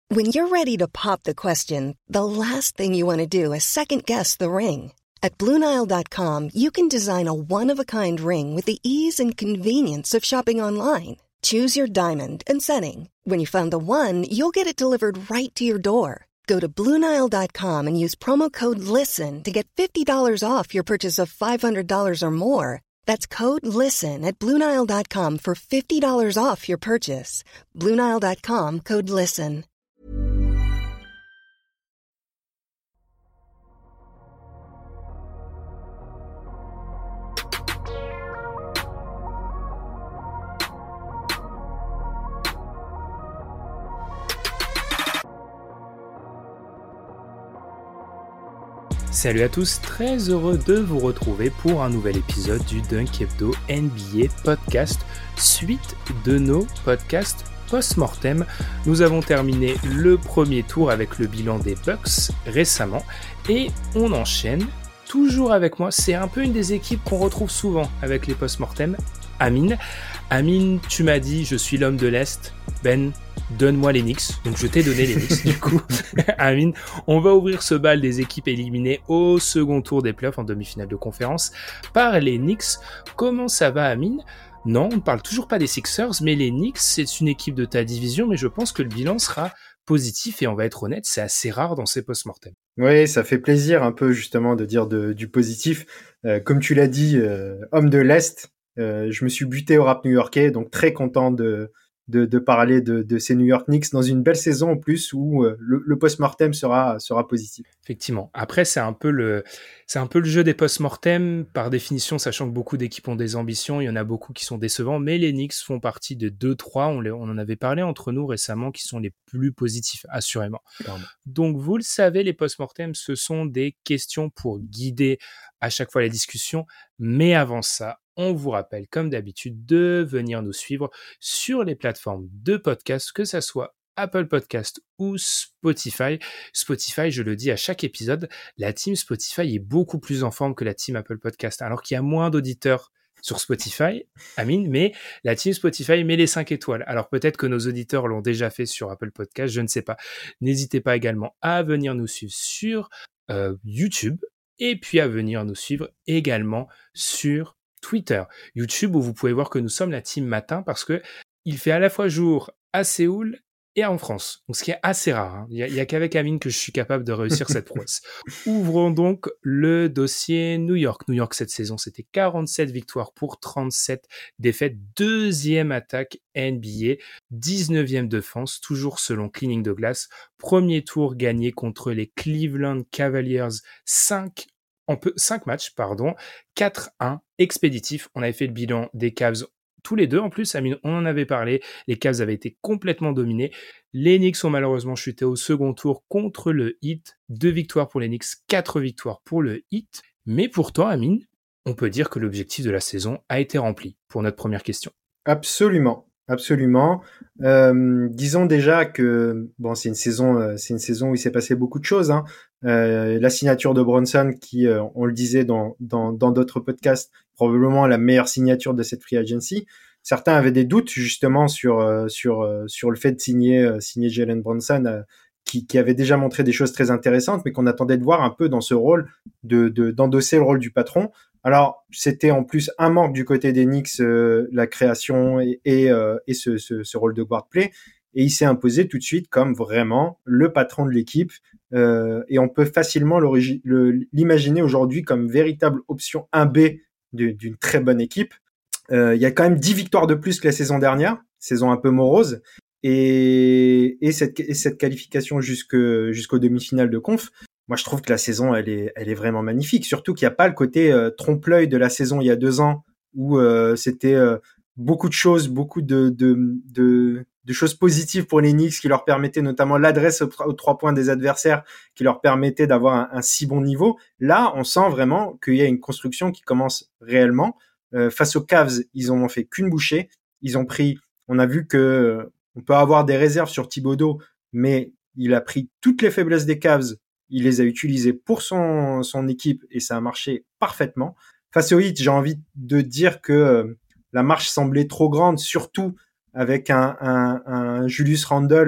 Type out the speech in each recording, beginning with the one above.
When you're ready to pop the question, the last thing you want to do is second-guess the ring. At BlueNile.com, you can design a one-of-a-kind ring with the ease and convenience of shopping online. Choose your diamond and setting. When you find the one, you'll get it delivered right to your door. Go to BlueNile.com and use promo code LISTEN to get $50 off your purchase of $500 or more. That's code LISTEN at BlueNile.com for $50 off your purchase. BlueNile.com, code LISTEN. Salut à tous, très heureux de vous retrouver pour un nouvel épisode du Dunk Hebdo NBA Podcast, suite de nos podcasts post-mortem. Nous avons terminé le premier tour avec le bilan des Bucks récemment et on enchaîne toujours avec moi. C'est un peu une des équipes qu'on retrouve souvent avec les post-mortem. Amine, tu m'as dit je suis l'homme de l'Est. Ben, donne-moi les Knicks. Donc je t'ai donné les Knicks du coup. Amine, on va ouvrir ce bal des équipes éliminées au second tour des playoffs en demi-finale de conférence par les Knicks. Comment ça va, Amine ? Non, on ne parle toujours pas des Sixers, mais les Knicks, c'est une équipe de ta division, mais je pense que le bilan sera positif et on va être honnête, c'est assez rare dans ces post-mortem. Oui, ça fait plaisir un peu justement de dire du positif. Comme tu l'as dit, homme de l'Est, je me suis buté au rap new-yorkais, donc très content de parler de ces New York Knicks dans une belle saison en plus où le post-mortem sera positif. Effectivement. Après, c'est un peu le jeu des post-mortem par définition, sachant que beaucoup d'équipes ont des ambitions, il y en a beaucoup qui sont décevants, mais les Knicks font partie de 2-3, on en avait parlé entre nous récemment, qui sont les plus positifs, assurément. Clairement. Donc, vous le savez, les post-mortem, ce sont des questions pour guider à chaque fois les discussions, mais avant ça, on vous rappelle, comme d'habitude, de venir nous suivre sur les plateformes de podcast, que ça soit Apple Podcast ou Spotify. Spotify, je le dis à chaque épisode, la team Spotify est beaucoup plus en forme que la team Apple Podcast, alors qu'il y a moins d'auditeurs sur Spotify, Amine, mais la team Spotify met les 5 étoiles. Alors peut-être que nos auditeurs l'ont déjà fait sur Apple Podcast, je ne sais pas. N'hésitez pas également à venir nous suivre sur YouTube et puis à venir nous suivre également sur Twitter, YouTube, où vous pouvez voir que nous sommes la team matin parce que il fait à la fois jour à Séoul et en France. Donc, ce qui est assez rare. Hein. Il y a qu'avec Amine que je suis capable de réussir cette prouesse. Ouvrons donc le dossier New York. New York, cette saison, c'était 47 victoires pour 37 défaites. Deuxième attaque NBA, 19e défense, toujours selon Cleaning the Glass. Premier tour gagné contre les Cleveland Cavaliers, 5 matchs, 4-1, expéditif. On avait fait le bilan des Cavs tous les deux. En plus, Amine, on en avait parlé. Les Cavs avaient été complètement dominés. Les Knicks ont malheureusement chuté au second tour contre le Heat. 2 victoires pour les Knicks, 4 victoires pour le Heat. Mais pourtant, Amine, on peut dire que l'objectif de la saison a été rempli pour notre première question. Absolument. Disons déjà que bon, c'est une saison où il s'est passé beaucoup de choses. Hein. La signature de Brunson, qui, on le disait dans d'autres podcasts, probablement la meilleure signature de cette free agency. Certains avaient des doutes justement sur le fait de signer Jalen Brunson, qui avait déjà montré des choses très intéressantes, mais qu'on attendait de voir un peu dans ce rôle d'endosser le rôle du patron. Alors, c'était en plus un manque du côté des Knicks, la création et ce rôle de guard play. Et il s'est imposé tout de suite comme vraiment le patron de l'équipe. Et on peut facilement l'imaginer aujourd'hui comme véritable option 1B d'une très bonne équipe. Il y a quand même 10 victoires de plus que la saison dernière, saison un peu morose. Et cette qualification jusqu'aux demi-finales de conf, moi je trouve que la saison elle est vraiment magnifique, surtout qu'il n'y a pas le côté trompe-l'œil de la saison il y a 2 ans où c'était beaucoup de choses, beaucoup de choses positives pour les Knicks qui leur permettaient notamment l'adresse aux 3 points des adversaires, qui leur permettait d'avoir un si bon niveau. Là, on sent vraiment qu'il y a une construction qui commence réellement. Face aux Cavs, ils en ont fait qu'une bouchée. On a vu que on peut avoir des réserves sur Thibodeau, mais il a pris toutes les faiblesses des Cavs, il les a utilisées pour son équipe et ça a marché parfaitement. Face au Heat, j'ai envie de dire que la marche semblait trop grande, surtout avec un Julius Randle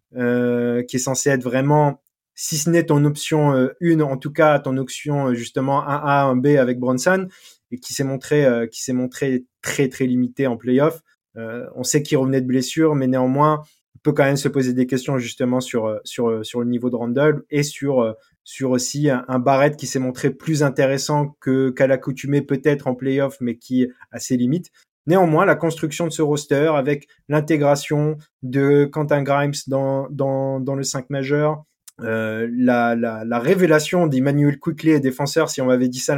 qui est censé être vraiment, si ce n'est ton option 1, en tout cas ton option justement 1A, 1B avec Brunson, et qui s'est montré très très limité en playoff. On sait qu'il revenait de blessure, mais néanmoins on peut quand même se poser des questions justement sur le niveau de Randle et sur aussi un Barrett qui s'est montré plus intéressant qu'à l'accoutumée peut-être en playoff, mais qui a ses limites. Néanmoins, la construction de ce roster avec l'intégration de Quentin Grimes dans le 5 majeur, la révélation d'Emmanuel Quickley, défenseur, si on m'avait dit ça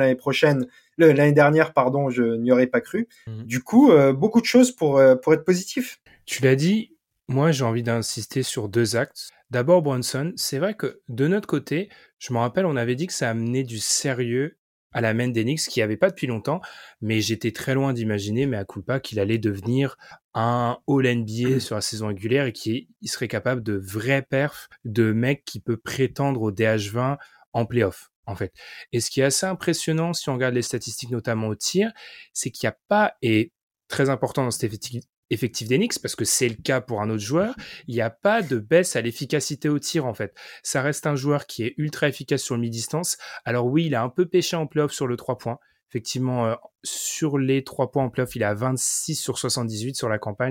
l'année dernière, pardon, je n'y aurais pas cru. Du coup, beaucoup de choses pour être positif. Tu l'as dit, moi j'ai envie d'insister sur 2 actes. D'abord Brunson, c'est vrai que de notre côté, je me rappelle, on avait dit que ça amenait du sérieux à la main d'Enix, qui n'y avait pas depuis longtemps, mais j'étais très loin d'imaginer, mais à culpa, qu'il allait devenir un All-NBA sur la saison régulière et qu'il serait capable de vrais perfs de mec qui peut prétendre au DH20 en playoff, en fait. Et ce qui est assez impressionnant, si on regarde les statistiques, notamment au tir, c'est qu'il n'y a pas, et très important dans cet effectif d'Enix, parce que c'est le cas pour un autre joueur, il n'y a pas de baisse à l'efficacité au tir, en fait. Ça reste un joueur qui est ultra efficace sur le mi-distance. Alors oui, il a un peu pêché en playoff sur le 3 points. Effectivement, sur les 3 points en playoff, il est à 26 sur 78 sur la campagne,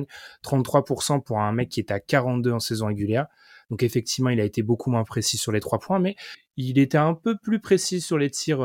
33% pour un mec qui est à 42 en saison régulière. Donc effectivement, il a été beaucoup moins précis sur les 3 points, mais il était un peu plus précis sur les tirs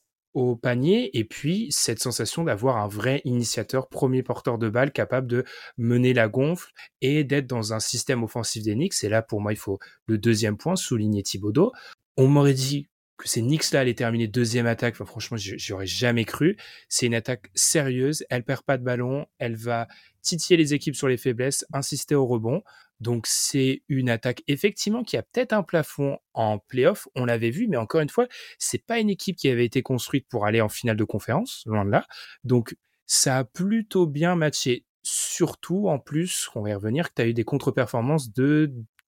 au panier, et puis cette sensation d'avoir un vrai initiateur, premier porteur de balle capable de mener la gonfle et d'être dans un système offensif des Knicks. Et là, pour moi, il faut le 2e point, souligner Thibodeau. On m'aurait dit que ces Knicks-là allaient terminer 2e attaque. Enfin, franchement, j'y aurais jamais cru. C'est une attaque sérieuse. Elle perd pas de ballon. Elle va titiller les équipes sur les faiblesses, insister au rebond. Donc, c'est une attaque, effectivement, qui a peut-être un plafond en play-off. On l'avait vu, mais encore une fois, c'est pas une équipe qui avait été construite pour aller en finale de conférence, loin de là. Donc, ça a plutôt bien matché. Surtout, en plus, on va y revenir, que tu as eu des contre-performances de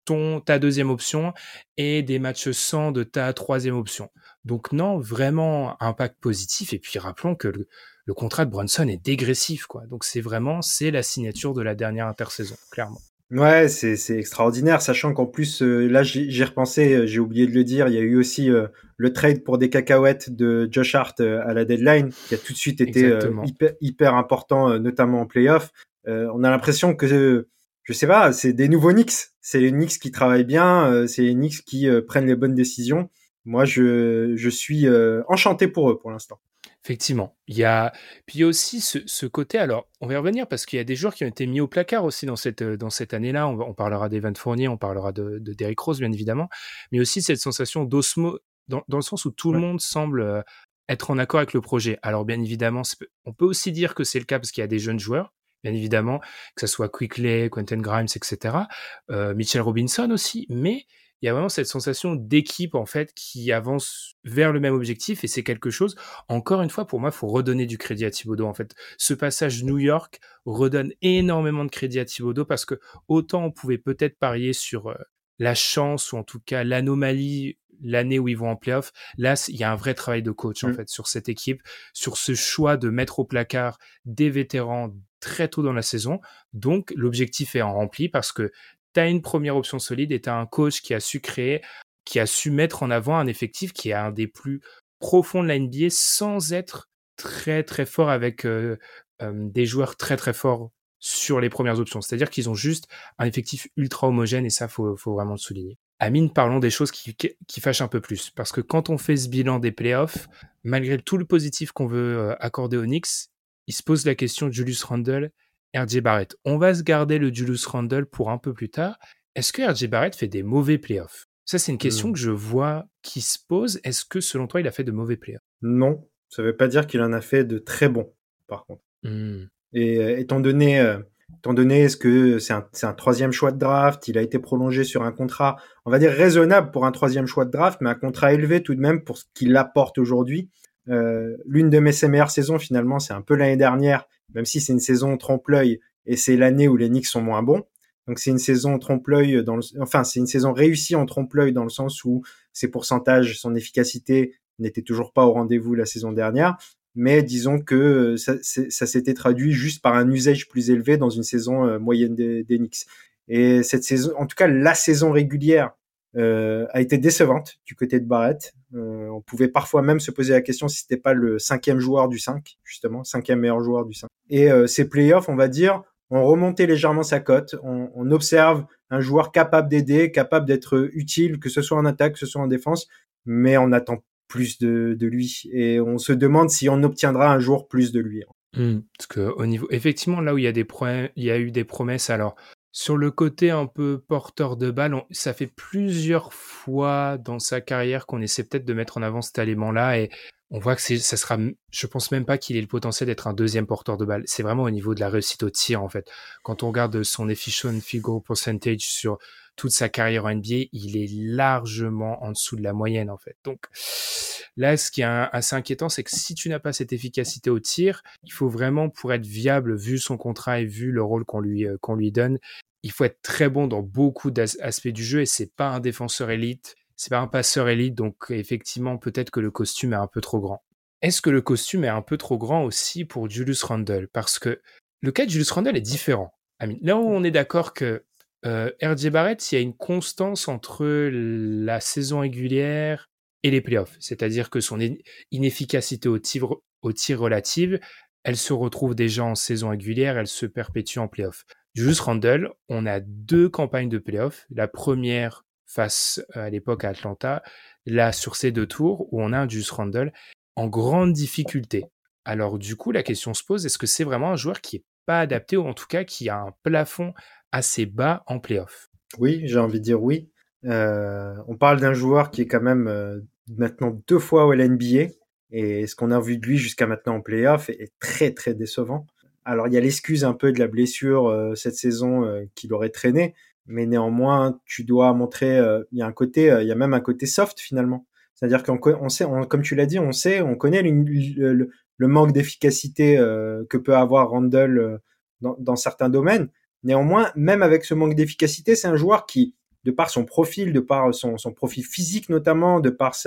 ta 2e option et des matchs sans de ta 3e option. Donc non, vraiment impact positif. Et puis rappelons que le contrat de Brunson est dégressif, quoi. Donc c'est la signature de la dernière intersaison, clairement. Ouais, c'est extraordinaire, sachant qu'en plus, là, j'ai repensé, j'ai oublié de le dire, il y a eu aussi le trade pour des cacahuètes de Josh Hart à la deadline, qui a tout de suite été hyper important, notamment en playoff. On a l'impression que, je sais pas, c'est des nouveaux Knicks. C'est les Knicks qui travaillent bien, c'est les Knicks qui prennent les bonnes décisions. Moi, je suis enchanté pour eux pour l'instant. Effectivement. Puis il y a aussi ce côté, alors on va y revenir parce qu'il y a des joueurs qui ont été mis au placard aussi dans cette année-là. On parlera d'Evan Fournier, on parlera de Derrick Rose, bien évidemment, mais aussi cette sensation d'osmose, dans le sens où tout le monde semble être en accord avec le projet. Alors bien évidemment, on peut aussi dire que c'est le cas parce qu'il y a des jeunes joueurs, bien évidemment, que ce soit Quickley, Quentin Grimes, etc. Mitchell Robinson aussi, mais il y a vraiment cette sensation d'équipe, en fait, qui avance vers le même objectif, et c'est quelque chose, encore une fois, pour moi, il faut redonner du crédit à Thibodeau, en fait. Ce passage New York redonne énormément de crédit à Thibodeau, parce que autant on pouvait peut-être parier sur la chance, ou en tout cas l'anomalie, l'année où ils vont en playoff, là, il y a un vrai travail de coach, en fait, sur cette équipe, sur ce choix de mettre au placard des vétérans très tôt dans la saison. Donc, l'objectif est en rempli, parce que tu as une première option solide et tu as un coach qui a su créer, qui a su mettre en avant un effectif qui est un des plus profonds de la NBA sans être très très fort avec des joueurs très très forts sur les premières options. C'est-à-dire qu'ils ont juste un effectif ultra homogène, et ça, faut vraiment le souligner. Amine, parlons des choses qui fâchent un peu plus. Parce que quand on fait ce bilan des playoffs, malgré tout le positif qu'on veut accorder aux Knicks, il se pose la question de Julius Randle, RJ Barrett. On va se garder le Julius Randle pour un peu plus tard. Est-ce que RJ Barrett fait des mauvais playoffs? Ça, c'est une question que je vois qui se pose. Est-ce que, selon toi, il a fait de mauvais playoffs? Non, ça ne veut pas dire qu'il en a fait de très bons, par contre. Et étant donné, est-ce que c'est un 3e choix de draft, il a été prolongé sur un contrat, on va dire raisonnable pour un 3e choix de draft, mais un contrat élevé tout de même pour ce qu'il apporte aujourd'hui. L'une de ses meilleures saisons, finalement, c'est un peu l'année dernière, même si c'est une saison trompe-l'œil, et c'est l'année où les Knicks sont moins bons. Donc c'est une saison trompe-l'œil c'est une saison réussie en trompe-l'œil dans le sens où ses pourcentages, son efficacité n'étaient toujours pas au rendez-vous la saison dernière. Mais disons que ça s'était traduit juste par un usage plus élevé dans une saison moyenne des Knicks. Et cette saison, en tout cas la saison régulière, a été décevante du côté de Barrett. On pouvait parfois même se poser la question si c'était pas le 5e joueur du 5, justement, 5e meilleur joueur du 5. Et ces playoffs, on va dire, ont remonté légèrement sa cote. On observe un joueur capable d'aider, capable d'être utile, que ce soit en attaque, que ce soit en défense, mais on attend plus de lui. Et on se demande si on obtiendra un jour plus de lui. Parce que au niveau, effectivement, là où il y a il y a eu des promesses, alors sur le côté un peu porteur de balle, ça fait plusieurs fois dans sa carrière qu'on essaie peut-être de mettre en avant cet élément-là, et on voit que ça sera, je pense même pas qu'il ait le potentiel d'être un deuxième porteur de balle. C'est vraiment au niveau de la réussite au tir, en fait. Quand on regarde son efficient field goal percentage sur toute sa carrière en NBA, il est largement en dessous de la moyenne, en fait. Donc là, ce qui est assez inquiétant, c'est que si tu n'as pas cette efficacité au tir, il faut vraiment, pour être viable, vu son contrat et vu le rôle qu'on lui donne, il faut être très bon dans beaucoup d'aspects du jeu, et c'est pas un défenseur élite, c'est pas un passeur élite, donc effectivement, peut-être que le costume est un peu trop grand. Est-ce que le costume est un peu trop grand aussi pour Julius Randle? Parce que le cas de Julius Randle est différent. Là où on est d'accord que RJ Barrett, il y a une constance entre la saison régulière et les playoffs. C'est-à-dire que son inefficacité au tir relative, elle se retrouve déjà en saison régulière, elle se perpétue en playoffs. Julius Randle, on a 2 campagnes de playoffs. La première face à l'époque à Atlanta, là sur ces 2 tours, où on a un Julius Randle en grande difficulté. Alors du coup, la question se pose, est-ce que c'est vraiment un joueur qui n'est pas adapté, ou en tout cas qui a un plafond assez bas en playoff? Oui, j'ai envie de dire oui. On parle d'un joueur qui est quand même maintenant 2 fois au NBA, et ce qu'on a vu de lui jusqu'à maintenant en playoff est très très décevant. Alors il y a l'excuse un peu de la blessure cette saison qu'il aurait traîné, mais néanmoins tu dois montrer. Il y a un côté, il y a même un côté soft finalement. C'est-à-dire qu'on sait, comme tu l'as dit, on connaît le manque d'efficacité que peut avoir Randle dans certains domaines. Néanmoins, même avec ce manque d'efficacité, c'est un joueur qui, de par son profil, de par son profil physique notamment, de par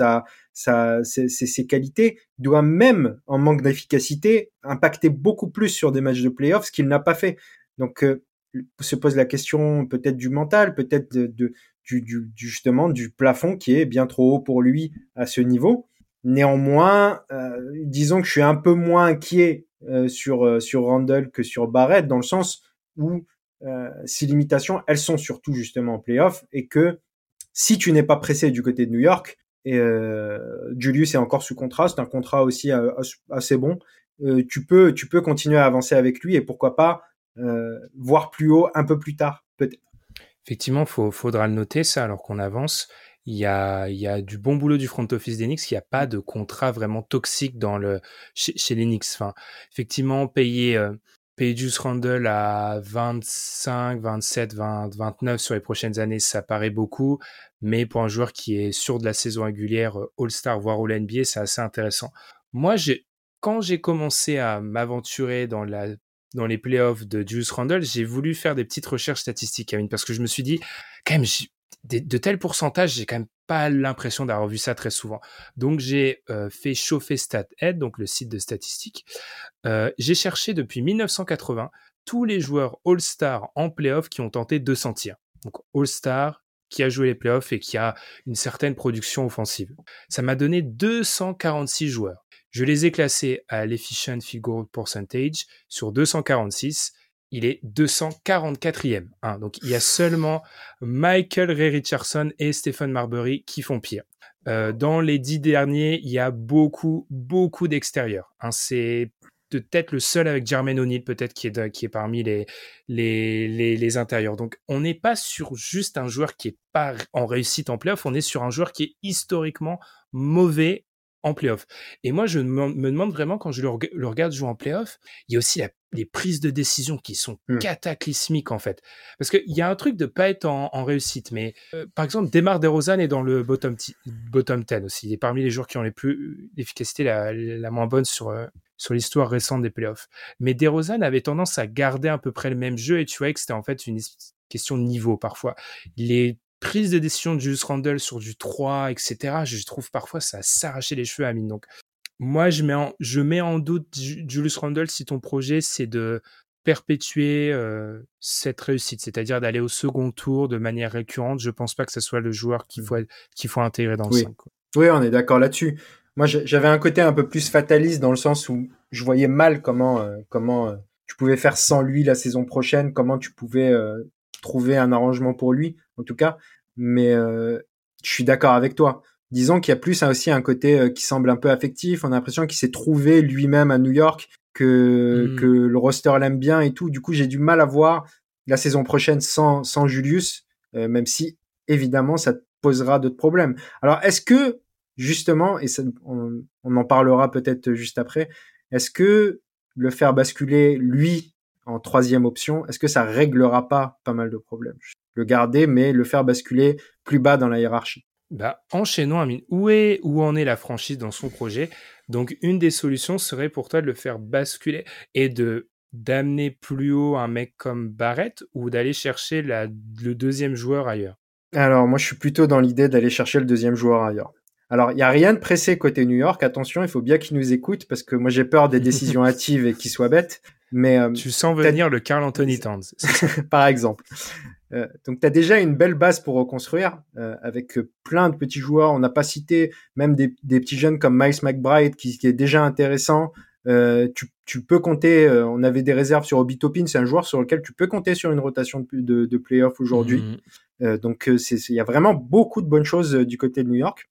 ses qualités, doit même, en manque d'efficacité, impacter beaucoup plus sur des matchs de playoffs, ce qu'il n'a pas fait. Donc, se pose la question peut-être du mental, peut-être justement du plafond qui est bien trop haut pour lui à ce niveau. Néanmoins, disons que je suis un peu moins inquiet sur Randle que sur Barrett, dans le sens où ces limitations, elles sont surtout justement en playoff, et que si tu n'es pas pressé du côté de New York, et Julius est encore sous contrat, c'est un contrat aussi assez bon, tu peux continuer à avancer avec lui, et pourquoi pas voir plus haut un peu plus tard, peut-être. Effectivement, faudra le noter ça alors qu'on avance. Il y a du bon boulot du front office des Knicks. Il n'y a pas de contrat vraiment toxique chez les Knicks. Enfin, effectivement, payer Julius Randle à 25, 27, 20, 29 sur les prochaines années, ça paraît beaucoup. Mais pour un joueur qui est sûr de la saison régulière, All-Star, voire All-NBA, c'est assez intéressant. Moi, quand j'ai commencé à m'aventurer dans les playoffs de Julius Randle, j'ai voulu faire des petites recherches statistiques, Amine, parce que je me suis dit, quand même, de tels pourcentages, j'ai quand même pas l'impression d'avoir vu ça très souvent. Donc, j'ai fait chauffer StatHead, donc le site de statistiques. J'ai cherché depuis 1980 tous les joueurs All-Star en playoff qui ont tenté 200 tirs. Donc, All-Star qui a joué les playoffs et qui a une certaine production offensive. Ça m'a donné 246 joueurs. Je les ai classés à l'efficient field goal percentage sur 246. Il est 244e. Donc, il y a seulement Michael Ray Richardson et Stephen Marbury qui font pire. Dans les 10 derniers, il y a beaucoup, beaucoup d'extérieurs. C'est peut-être le seul avec Jermaine O'Neal, peut-être, qui est parmi les intérieurs. Donc, on n'est pas sur juste un joueur qui est pas en réussite en playoff, on est sur un joueur qui est historiquement mauvais en playoff. Et moi, je me demande vraiment, quand je le regarde jouer en playoff, il y a aussi les prises de décision qui sont cataclysmiques, en fait. Parce qu'il y a un truc de pas être en réussite, mais par exemple, DeMar DeRozan est dans le bottom 10 aussi. Il est parmi les joueurs qui ont l'efficacité la moins bonne sur l'histoire récente des playoffs. Mais DeRozan avait tendance à garder à peu près le même jeu, et tu vois que c'était en fait une question de niveau parfois. Les prises de décision de Julius Randle sur du 3, etc., je trouve parfois ça s'arracher les cheveux, Amine. Donc, moi, je mets en doute Julius Randle si ton projet, c'est de perpétuer cette réussite, c'est-à-dire d'aller au second tour de manière récurrente. Je pense pas que ce soit le joueur qu'il faut intégrer dans le 5. Quoi. Oui, on est d'accord là-dessus. Moi, j'avais un côté un peu plus fataliste dans le sens où je voyais mal comment tu pouvais faire sans lui la saison prochaine, comment tu pouvais trouver un arrangement pour lui, en tout cas. Mais je suis d'accord avec toi. Disons qu'il y a plus aussi un côté qui semble un peu affectif. On a l'impression qu'il s'est trouvé lui-même à New York, que le roster l'aime bien et tout. Du coup, j'ai du mal à voir la saison prochaine sans Julius, même si évidemment ça posera d'autres problèmes. Alors, est-ce que justement, et ça, on en parlera peut-être juste après, est-ce que le faire basculer lui en 3e option, est-ce que ça réglera pas mal de problèmes? Le garder, mais le faire basculer plus bas dans la hiérarchie. Bah, enchaînons, Amine. Où en est la franchise dans son projet? Donc, une des solutions serait pour toi de le faire basculer et d'amener plus haut un mec comme Barrett ou d'aller chercher le 2e joueur ailleurs? Alors, moi, je suis plutôt dans l'idée d'aller chercher le 2e joueur ailleurs. Alors, il n'y a rien de pressé côté New York. Attention, il faut bien qu'ils nous écoutent parce que moi, j'ai peur des décisions hâtives et qu'ils soient bêtes. Mais tu sens venir le Karl Anthony Towns. Par exemple. Donc, tu as déjà une belle base pour reconstruire avec plein de petits joueurs. On n'a pas cité même des petits jeunes comme Miles McBride qui est déjà intéressant. Tu peux compter, on avait des réserves sur Obi Toppin, c'est un joueur sur lequel tu peux compter sur une rotation de playoff aujourd'hui. Donc, il y a vraiment beaucoup de bonnes choses du côté de New York.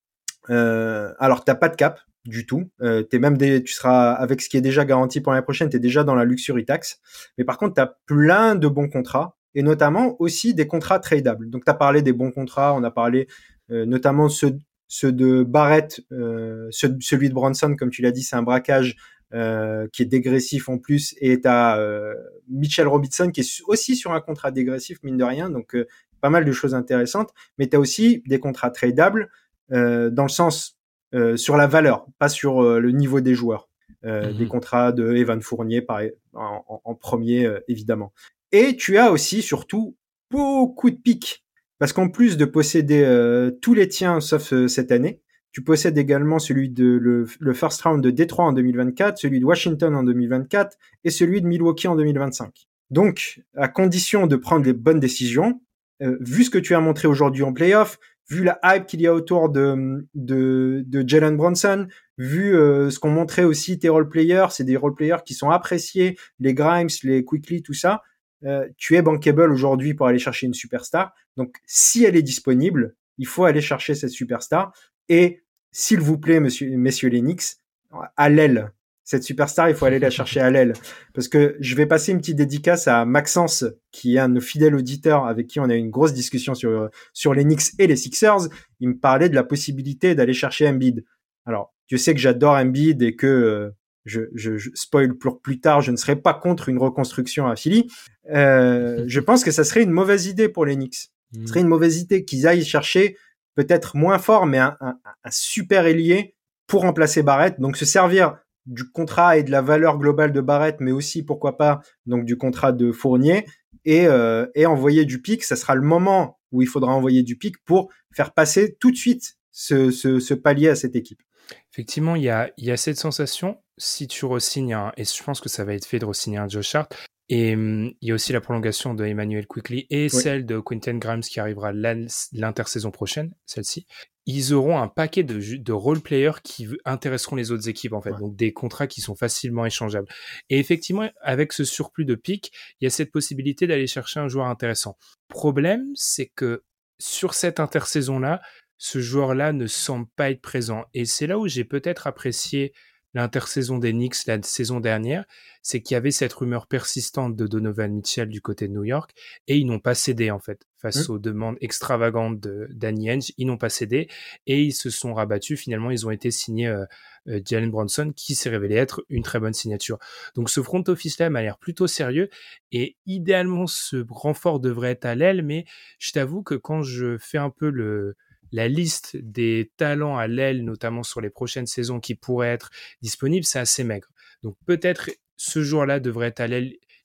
Alors, t'as pas de cap du tout. Tu seras avec ce qui est déjà garanti pour l'année prochaine, t'es déjà dans la luxury tax. Mais par contre, t'as plein de bons contrats et notamment aussi des contrats tradables. Donc, t'as parlé des bons contrats, on a parlé notamment ceux de Barrett, celui de Bronson, comme tu l'as dit, c'est un braquage qui est dégressif en plus, et t'as Mitchell Robinson qui est aussi sur un contrat dégressif mine de rien, donc pas mal de choses intéressantes. Mais t'as aussi des contrats tradables dans le sens sur la valeur, pas sur le niveau des joueurs. Des contrats de Evan Fournier en premier évidemment. Et tu as aussi surtout beaucoup de pics, parce qu'en plus de posséder tous les tiens sauf cette année, tu possèdes également celui de le first round de Détroit en 2024, celui de Washington en 2024 et celui de Milwaukee en 2025. Donc, à condition de prendre les bonnes décisions, vu ce que tu as montré aujourd'hui en playoff, vu la hype qu'il y a autour de Jalen Brunson, vu ce qu'ont montré aussi tes role-players, c'est des role-players qui sont appréciés, les Grimes, les Quickly, tout ça, tu es bankable aujourd'hui pour aller chercher une superstar. Donc, si elle est disponible, il faut aller chercher cette superstar. Et s'il vous plaît, messieurs les Knicks, à l'aile, cette superstar, il faut aller la chercher à l'aile. Parce que je vais passer une petite dédicace à Maxence, qui est un de nos fidèles auditeurs avec qui on a eu une grosse discussion sur les Knicks et les Sixers. Il me parlait de la possibilité d'aller chercher Embiid. Alors, je sais que j'adore Embiid et que je spoil pour plus tard, je ne serais pas contre une reconstruction à Philly. Je pense que ça serait une mauvaise idée pour les Knicks. Ce serait une mauvaise idée qu'ils aillent chercher peut-être moins fort, mais un super ailier pour remplacer Barrett. Donc, se servir du contrat et de la valeur globale de Barrett, mais aussi, pourquoi pas, donc du contrat de Fournier, et envoyer du pic. Ça sera le moment où il faudra envoyer du pic pour faire passer tout de suite ce palier à cette équipe. Effectivement, il y a cette sensation, si tu re-signes et je pense que ça va être fait de re-signer un Josh Hart, et il y a aussi la prolongation de Emmanuel Quickly et celle de Quentin Grimes qui arrivera l'intersaison prochaine, celle-ci. Ils auront un paquet de role-players qui intéresseront les autres équipes, en fait. Donc, des contrats qui sont facilement échangeables. Et effectivement, avec ce surplus de pics, il y a cette possibilité d'aller chercher un joueur intéressant. Problème, c'est que sur cette intersaison-là, ce joueur-là ne semble pas être présent. Et c'est là où j'ai peut-être apprécié l'intersaison des Knicks la saison dernière, c'est qu'il y avait cette rumeur persistante de Donovan Mitchell du côté de New York, et ils n'ont pas cédé en fait face aux demandes extravagantes de Danny Ainge. Ils n'ont pas cédé et ils se sont rabattus. Finalement, ils ont été signés Jalen Brunson, qui s'est révélé être une très bonne signature. Donc ce front office-là m'a l'air plutôt sérieux, et idéalement ce renfort devrait être à l'aile, mais je t'avoue que quand je fais un peu la liste des talents à l'aile, notamment sur les prochaines saisons qui pourraient être disponibles, c'est assez maigre. Donc peut-être ce joueur-là devrait être à l'aile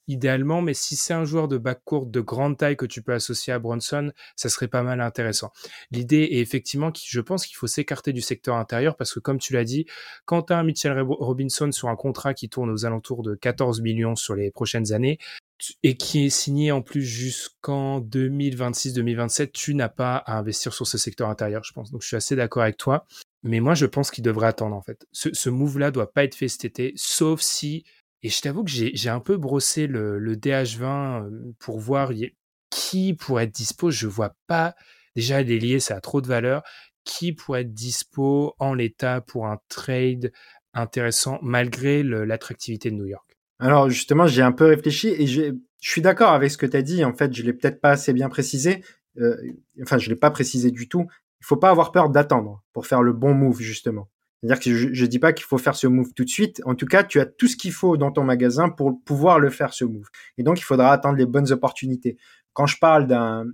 idéalement, mais si c'est un joueur de backcourt de grande taille que tu peux associer à Brunson, ça serait pas mal intéressant. L'idée est effectivement je pense qu'il faut s'écarter du secteur intérieur parce que comme tu l'as dit, quand tu as un Mitchell Robinson sur un contrat qui tourne aux alentours de 14 millions sur les prochaines années et qui est signé en plus jusqu'en 2026-2027, tu n'as pas à investir sur ce secteur intérieur, je pense. Donc je suis assez d'accord avec toi. Mais moi, je pense qu'il devrait attendre, en fait. Ce move-là doit pas être fait cet été, sauf si... Et je t'avoue que j'ai un peu brossé le DH20 pour voir qui pourrait être dispo. Je vois pas... Déjà, les liés, ça a trop de valeur. Qui pourrait être dispo en l'état pour un trade intéressant, malgré l'attractivité de New York? Alors justement, j'ai un peu réfléchi et je suis d'accord avec ce que tu as dit. En fait, je l'ai peut-être pas assez bien précisé. Enfin, je l'ai pas précisé du tout. Il faut pas avoir peur d'attendre pour faire le bon move, justement. C'est-à-dire que je dis pas qu'il faut faire ce move tout de suite. En tout cas, tu as tout ce qu'il faut dans ton magasin pour pouvoir le faire, ce move. Et donc, il faudra attendre les bonnes opportunités. Quand je parle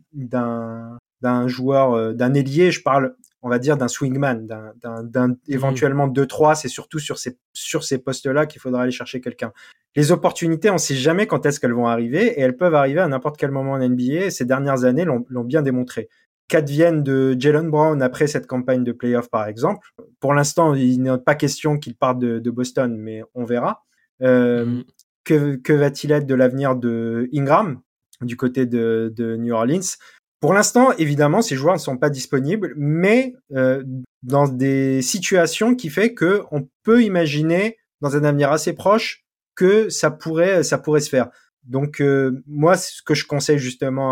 d'un joueur, d'un ailier, je parle, on va dire, d'un swingman, d'un éventuellement 2-3. C'est surtout sur ces postes-là qu'il faudra aller chercher quelqu'un. Les opportunités, on sait jamais quand est-ce qu'elles vont arriver et elles peuvent arriver à n'importe quel moment en NBA. Et ces dernières années l'ont bien démontré. Qu'advienne de Jaylen Brown après cette campagne de playoff, par exemple. Pour l'instant, il n'est pas question qu'il parte de Boston, mais on verra. Que va-t-il être de l'avenir de Ingram du côté de New Orleans? Pour l'instant, évidemment, ces joueurs ne sont pas disponibles, mais dans des situations qui fait que on peut imaginer dans un avenir assez proche que ça pourrait se faire. Donc moi, ce que je conseille justement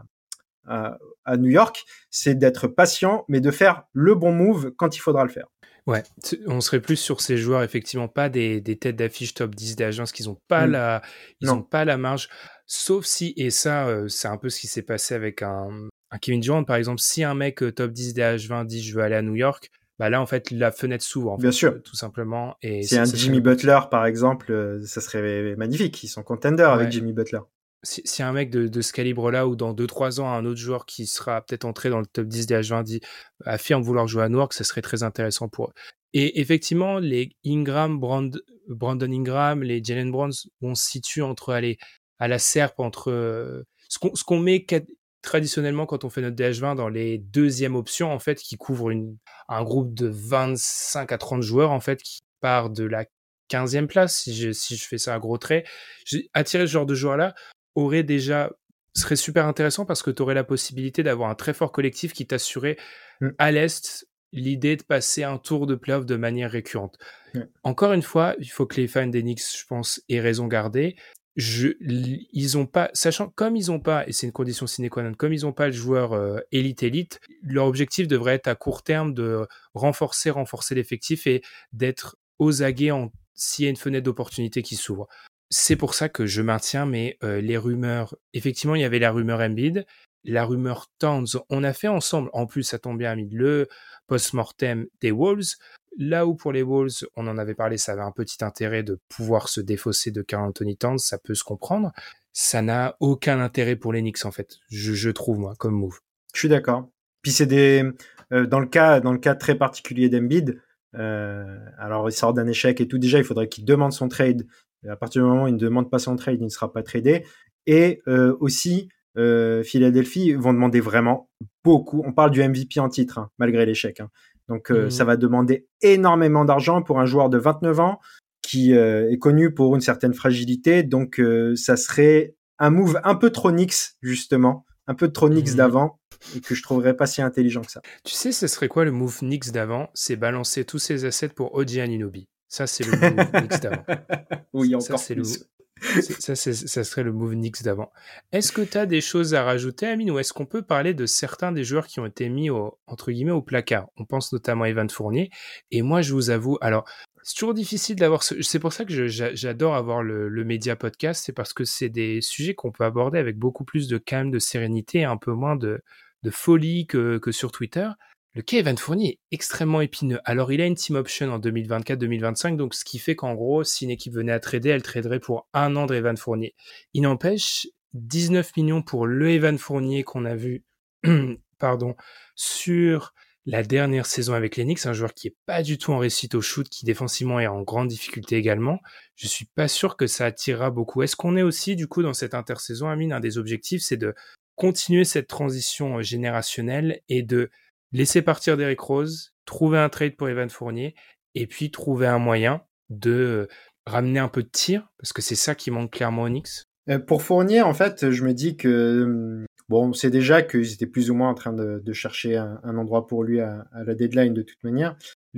à New York, c'est d'être patient, mais de faire le bon move quand il faudra le faire. Ouais, on serait plus sur ces joueurs, effectivement, pas des têtes d'affiche top 10 d'agence qui n'ont pas pas la marge, sauf si, et ça, c'est un peu ce qui s'est passé avec un Kevin Durant, par exemple, si un mec top 10 DH20 dit je veux aller à New York, bah là, en fait, la fenêtre s'ouvre, Bien sûr. tout simplement. Et c'est un Jimmy Butler, par exemple, ça serait magnifique. Ils sont contenders avec Jimmy Butler. Si un mec de ce calibre-là ou dans 2-3 ans, un autre joueur qui sera peut-être entré dans le top 10 DH20 dit affirme vouloir jouer à New York, ça serait très intéressant pour eux. Et effectivement, les Brandon Ingram, les Jaylen Brown, on se situe à la serpe entre ce qu'on met traditionnellement quand on fait notre DH20 dans les deuxièmes options, en fait, qui couvrent un groupe de 25 à 30 joueurs, en fait, qui part de la 15e place, si je fais ça à gros traits. Attirer ce genre de joueurs-là serait super intéressant parce que tu aurais la possibilité d'avoir un très fort collectif qui t'assurait à l'Est l'idée de passer un tour de playoff de manière récurrente. Encore une fois, il faut que les fans des Knicks, je pense, aient raison gardée. Ils ont pas, sachant comme ils ont pas, et c'est une condition sine qua non, comme ils ont pas le joueur élite, leur objectif devrait être à court terme de renforcer l'effectif et d'être aux aguets s'il y a une fenêtre d'opportunité qui s'ouvre. C'est pour ça que je maintiens, mais les rumeurs, effectivement, il y avait la rumeur Embiid, la rumeur Towns, on a fait ensemble, en plus, ça tombe bien, Hamid, le post-mortem des Wolves, là où pour les Wolves, on en avait parlé, ça avait un petit intérêt de pouvoir se défausser de Karl-Anthony Towns, ça peut se comprendre, ça n'a aucun intérêt pour les Knicks, en fait, je trouve, moi, comme move. Je suis d'accord. Puis c'est dans le cas très particulier d'Embiid, alors il sort d'un échec et tout, déjà, il faudrait qu'il demande son trade. À partir du moment où il ne demande pas son trade, il ne sera pas tradé. Et aussi, Philadelphie vont demander vraiment beaucoup. On parle du MVP en titre, malgré l'échec. Donc, ça va demander énormément d'argent pour un joueur de 29 ans qui est connu pour une certaine fragilité. Donc, ça serait un move un peu trop Knicks, justement. Un peu trop Knicks d'avant et que je trouverais pas si intelligent que ça. Tu sais, ce serait quoi le move Knicks d'avant? C'est balancer tous ses assets pour OG Anunoby. Ça, c'est le move Knicks d'avant. Oui, encore plus. Ça serait le move Knicks d'avant. Est-ce que tu as des choses à rajouter, Amine, ou est-ce qu'on peut parler de certains des joueurs qui ont été mis entre guillemets au placard? On pense notamment à Evan Fournier. Et moi, je vous avoue, alors, c'est toujours difficile d'avoir c'est pour ça que j'adore avoir le média podcast, c'est parce que c'est des sujets qu'on peut aborder avec beaucoup plus de calme, de sérénité, et un peu moins de folie que sur Twitter. Le cas Evan Fournier est extrêmement épineux. Alors, il a une team option en 2024-2025, donc ce qui fait qu'en gros, si une équipe venait à trader, elle traderait pour 1 an d'Evan Fournier. Il n'empêche, 19 millions pour le Evan Fournier qu'on a vu sur la dernière saison avec les Knicks, un joueur qui est pas du tout en réussite au shoot, qui défensivement est en grande difficulté également. Je suis pas sûr que ça attirera beaucoup. Est-ce qu'on est aussi, du coup, dans cette intersaison, Amine, un des objectifs, c'est de continuer cette transition générationnelle et de laisser partir Derrick Rose, trouver un trade pour Evan Fournier et puis trouver un moyen de ramener un peu de tir, parce que c'est ça qui manque clairement aux Knicks. Pour Fournier, en fait, je me dis que bon, on sait déjà qu'ils étaient plus ou moins en train de chercher un endroit pour lui à la deadline de toute manière.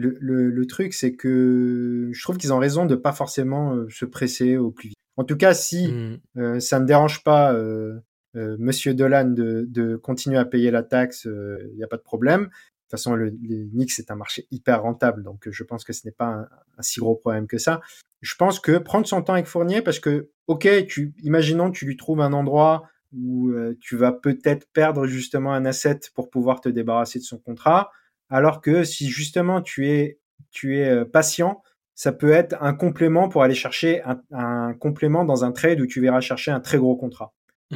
Le truc, c'est que je trouve qu'ils ont raison de pas forcément se presser au plus vite. En tout cas, si ça ne dérange pas Monsieur Dolan de continuer à payer la taxe, il n'y a pas de problème. De toute façon, les Knicks, c'est un marché hyper rentable, donc je pense que ce n'est pas un si gros problème que ça. Je pense que prendre son temps avec Fournier, parce que, ok, imaginons que tu lui trouves un endroit où tu vas peut-être perdre justement un asset pour pouvoir te débarrasser de son contrat, alors que si justement tu es patient, ça peut être un complément pour aller chercher un complément dans un trade où tu verras chercher un très gros contrat.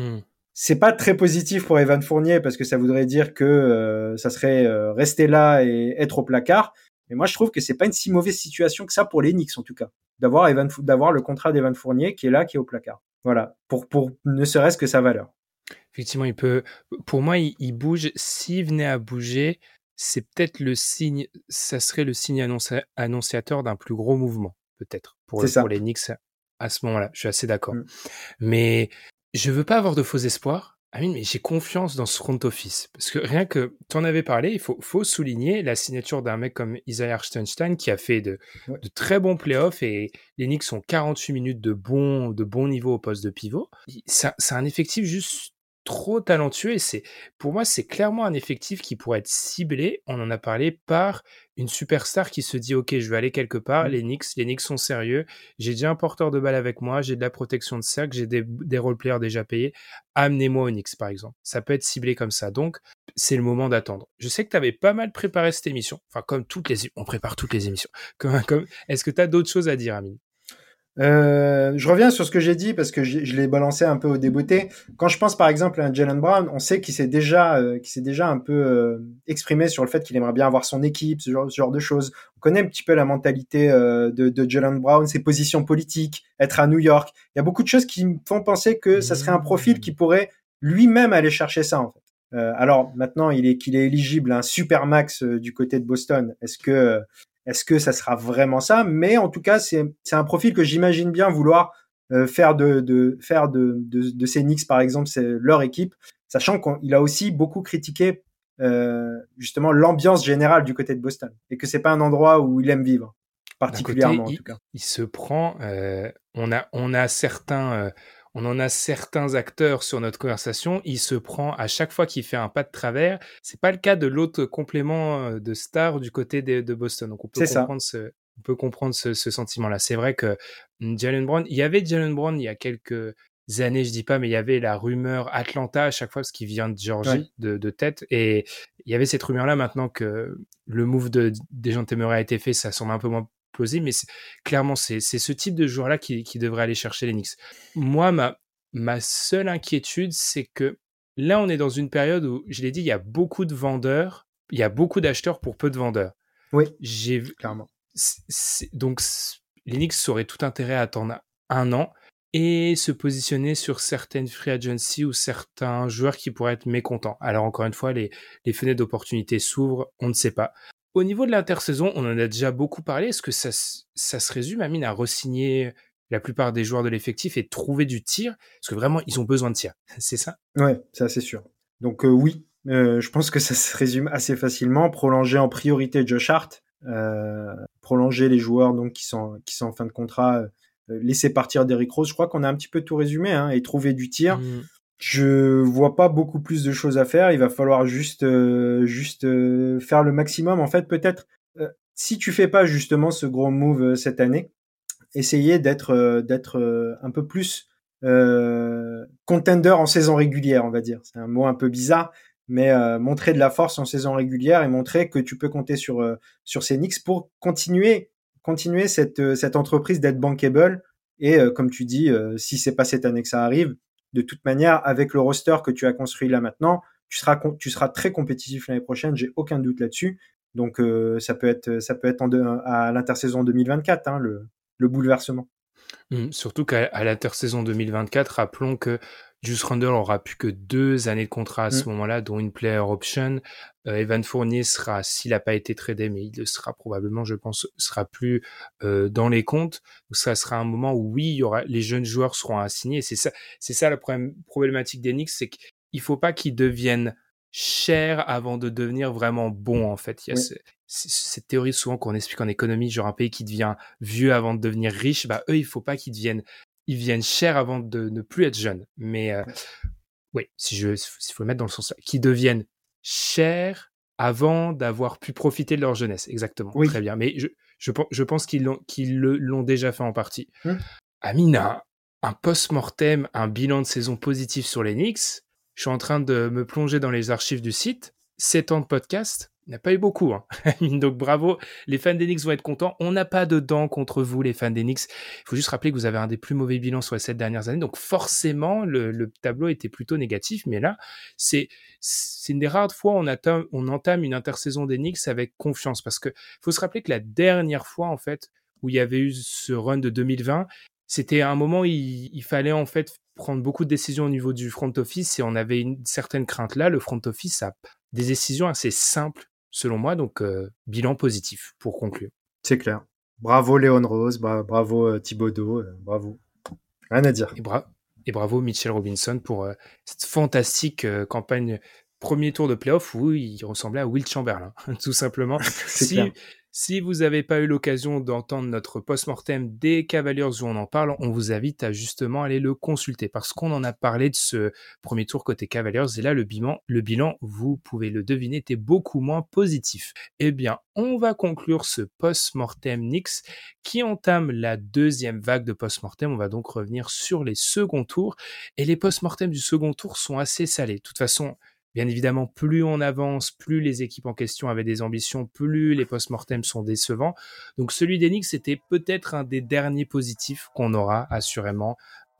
C'est pas très positif pour Evan Fournier parce que ça voudrait dire que ça serait rester là et être au placard. Mais moi, je trouve que c'est pas une si mauvaise situation que ça pour les Knicks, en tout cas. D'avoir le contrat d'Evan Fournier qui est là, qui est au placard. Voilà. Pour ne serait-ce que sa valeur. Effectivement, pour moi, il bouge. S'il venait à bouger, c'est peut-être le signe, ça serait le signe annonciateur d'un plus gros mouvement, peut-être, pour les Knicks à ce moment-là. Je suis assez d'accord. Mais je veux pas avoir de faux espoirs. Amine, mais j'ai confiance dans ce front office. Parce que rien que tu en avais parlé, il faut souligner la signature d'un mec comme Isaiah Hartenstein qui a fait de très bons playoffs et les Knicks ont 48 minutes de bon niveau au poste de pivot. C'est un effectif juste trop talentueux et pour moi, c'est clairement un effectif qui pourrait être ciblé, on en a parlé, par une superstar qui se dit « Ok, je vais aller quelque part, les Knicks sont sérieux, j'ai déjà un porteur de balle avec moi, j'ai de la protection de cercle, j'ai des role-players déjà payés, amenez-moi aux Knicks, par exemple. » Ça peut être ciblé comme ça, donc c'est le moment d'attendre. Je sais que tu avais pas mal préparé cette émission, enfin comme on prépare toutes les émissions. Est-ce que tu as d'autres choses à dire, Amine ? Je reviens sur ce que j'ai dit parce que je l'ai balancé un peu au débeauté. Quand je pense par exemple à un Jaylen Brown, on sait qu'il s'est déjà un peu exprimé sur le fait qu'il aimerait bien avoir son équipe, ce genre de choses. On connaît un petit peu la mentalité de Jaylen Brown, ses positions politiques, être à New York. Il y a beaucoup de choses qui me font penser que ça serait un profil qui pourrait lui-même aller chercher ça en fait. Alors maintenant qu'il est éligible à un super max du côté de Boston. Est-ce que ça sera vraiment ça? Mais en tout cas, c'est un profil que j'imagine bien vouloir faire de ces Knicks, par exemple, c'est leur équipe, sachant qu'il a aussi beaucoup critiqué justement l'ambiance générale du côté de Boston et que c'est pas un endroit où il aime vivre particulièrement. Côté, en tout cas. Il se prend. On en a certains acteurs sur notre conversation. Il se prend à chaque fois qu'il fait un pas de travers. C'est pas le cas de l'autre complément de star du côté de Boston. Donc on peut comprendre ce sentiment-là. C'est vrai que Jaylen Brown, il y avait Jaylen Brown il y a quelques années, je dis pas, mais il y avait la rumeur Atlanta à chaque fois parce qu'il vient de Georgie de tête. Et il y avait cette rumeur-là maintenant que le move de Dejounte Murray a été fait, ça semble un peu moins plausible, mais clairement, c'est ce type de joueur-là qui devrait aller chercher les Knicks. Moi, ma seule inquiétude, c'est que là, on est dans une période où, je l'ai dit, il y a beaucoup de vendeurs, il y a beaucoup d'acheteurs pour peu de vendeurs. Oui, clairement. Donc, les Knicks auraient tout intérêt à attendre un an et se positionner sur certaines free agency ou certains joueurs qui pourraient être mécontents. Alors, encore une fois, les fenêtres d'opportunité s'ouvrent, on ne sait pas. Au niveau de l'intersaison, on en a déjà beaucoup parlé. Est-ce que ça se résume, Amine, à re-signer la plupart des joueurs de l'effectif et trouver du tir? Parce que vraiment, ils ont besoin de tir. C'est ça? Ouais, ça c'est sûr. Donc oui, je pense que ça se résume assez facilement. Prolonger en priorité Josh Hart, prolonger les joueurs donc qui sont en fin de contrat, laisser partir Derrick Rose. Je crois qu'on a un petit peu tout résumé et trouver du tir. Je vois pas beaucoup plus de choses à faire. Il va falloir juste faire le maximum. En fait, peut-être si tu fais pas justement ce gros move cette année, essayer d'être un peu plus contender en saison régulière, on va dire. C'est un mot un peu bizarre, mais montrer de la force en saison régulière et montrer que tu peux compter sur ces Knicks pour continuer cette entreprise d'être bankable. Et comme tu dis, si c'est pas cette année que ça arrive, de toute manière, avec le roster que tu as construit là maintenant, tu seras très compétitif l'année prochaine, j'ai aucun doute là-dessus. Donc ça peut être à l'intersaison 2024, hein, le bouleversement. Surtout qu'à l'intersaison 2024, rappelons que Juice Randle aura plus que 2 années de contrat à ce moment-là, dont une player option. Evan Fournier sera, s'il n'a pas été tradé, mais il le sera probablement, je pense, sera plus dans les comptes. Donc ça sera un moment où oui, les jeunes joueurs seront assignés. C'est ça la problématique des Knicks, c'est qu'il faut pas qu'ils deviennent chers avant de devenir vraiment bons, en fait. Il y a cette théorie souvent qu'on explique en économie, genre un pays qui devient vieux avant de devenir riche, eux, il faut pas qu'ils viennent chers avant de ne plus être jeunes. Mais oui, s'il faut le mettre dans le sens là, qui deviennent chers avant d'avoir pu profiter de leur jeunesse. Exactement. Oui. Très bien. Mais je pense qu'ils l'ont déjà fait en partie. Amine, un post-mortem, un bilan de saison positif sur les Knicks. Je suis en train de me plonger dans les archives du site. 7 ans de podcast, il n'y a pas eu beaucoup. Hein. Donc bravo, les fans des Knicks vont être contents. On n'a pas de dents contre vous, les fans des Knicks. Il faut juste rappeler que vous avez un des plus mauvais bilans sur les 7 dernières années. Donc forcément, le tableau était plutôt négatif. Mais là, c'est une des rares fois où on entame une intersaison des Knicks avec confiance. Parce qu'il faut se rappeler que la dernière fois, en fait, où il y avait eu ce run de 2020, c'était un moment où il fallait en fait prendre beaucoup de décisions au niveau du front office et on avait une certaine crainte là. Le front office a des décisions assez simples selon moi, donc bilan positif pour conclure. C'est clair. Bravo Léon Rose, bravo Thibodeau, bravo. Rien à dire. Et bravo Mitchell Robinson pour cette fantastique campagne premier tour de playoff où il ressemblait à Wilt Chamberlain, tout simplement. Si vous n'avez pas eu l'occasion d'entendre notre post-mortem des Cavaliers où on en parle, on vous invite à justement aller le consulter parce qu'on en a parlé de ce premier tour côté Cavaliers et là, le bilan, vous pouvez le deviner, était beaucoup moins positif. Eh bien, on va conclure ce post-mortem Knicks qui entame la deuxième vague de post-mortem. On va donc revenir sur les seconds tours et les post-mortem du second tour sont assez salés. De toute façon, bien évidemment, plus on avance, plus les équipes en question avaient des ambitions, plus les post-mortem sont décevants. Donc celui des Knicks, c'était peut-être un des derniers positifs qu'on aura assurément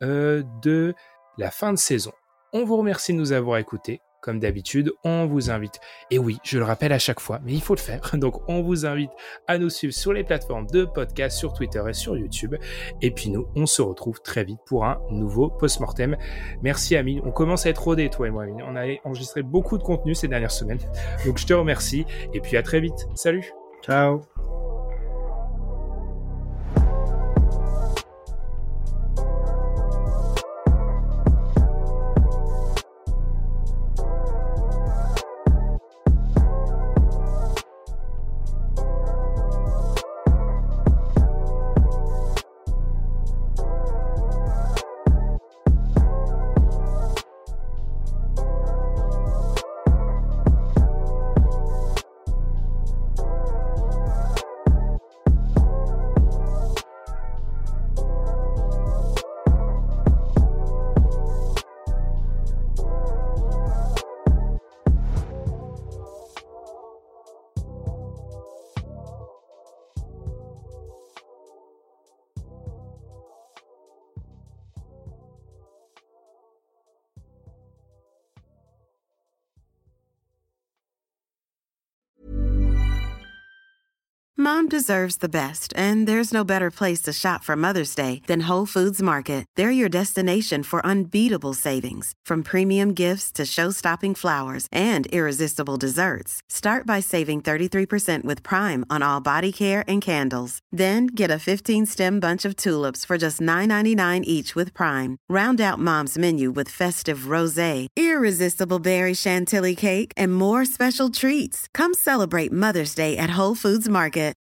de la fin de saison. On vous remercie de nous avoir écoutés. Comme d'habitude, on vous invite, et oui, je le rappelle à chaque fois, mais il faut le faire, donc on vous invite à nous suivre sur les plateformes de podcast, sur Twitter et sur YouTube, et puis nous, on se retrouve très vite pour un nouveau post-mortem. Merci Amine, on commence à être rodés, toi et moi Amine, on a enregistré beaucoup de contenu ces dernières semaines, donc je te remercie, et puis à très vite, salut. Ciao. Mom deserves the best, and there's no better place to shop for Mother's Day than Whole Foods Market. They're your destination for unbeatable savings, from premium gifts to show-stopping flowers and irresistible desserts. Start by saving 33% with Prime on all body care and candles. Then get a 15-stem bunch of tulips for just $9.99 each with Prime. Round out Mom's menu with festive rosé, irresistible berry chantilly cake, and more special treats. Come celebrate Mother's Day at Whole Foods Market.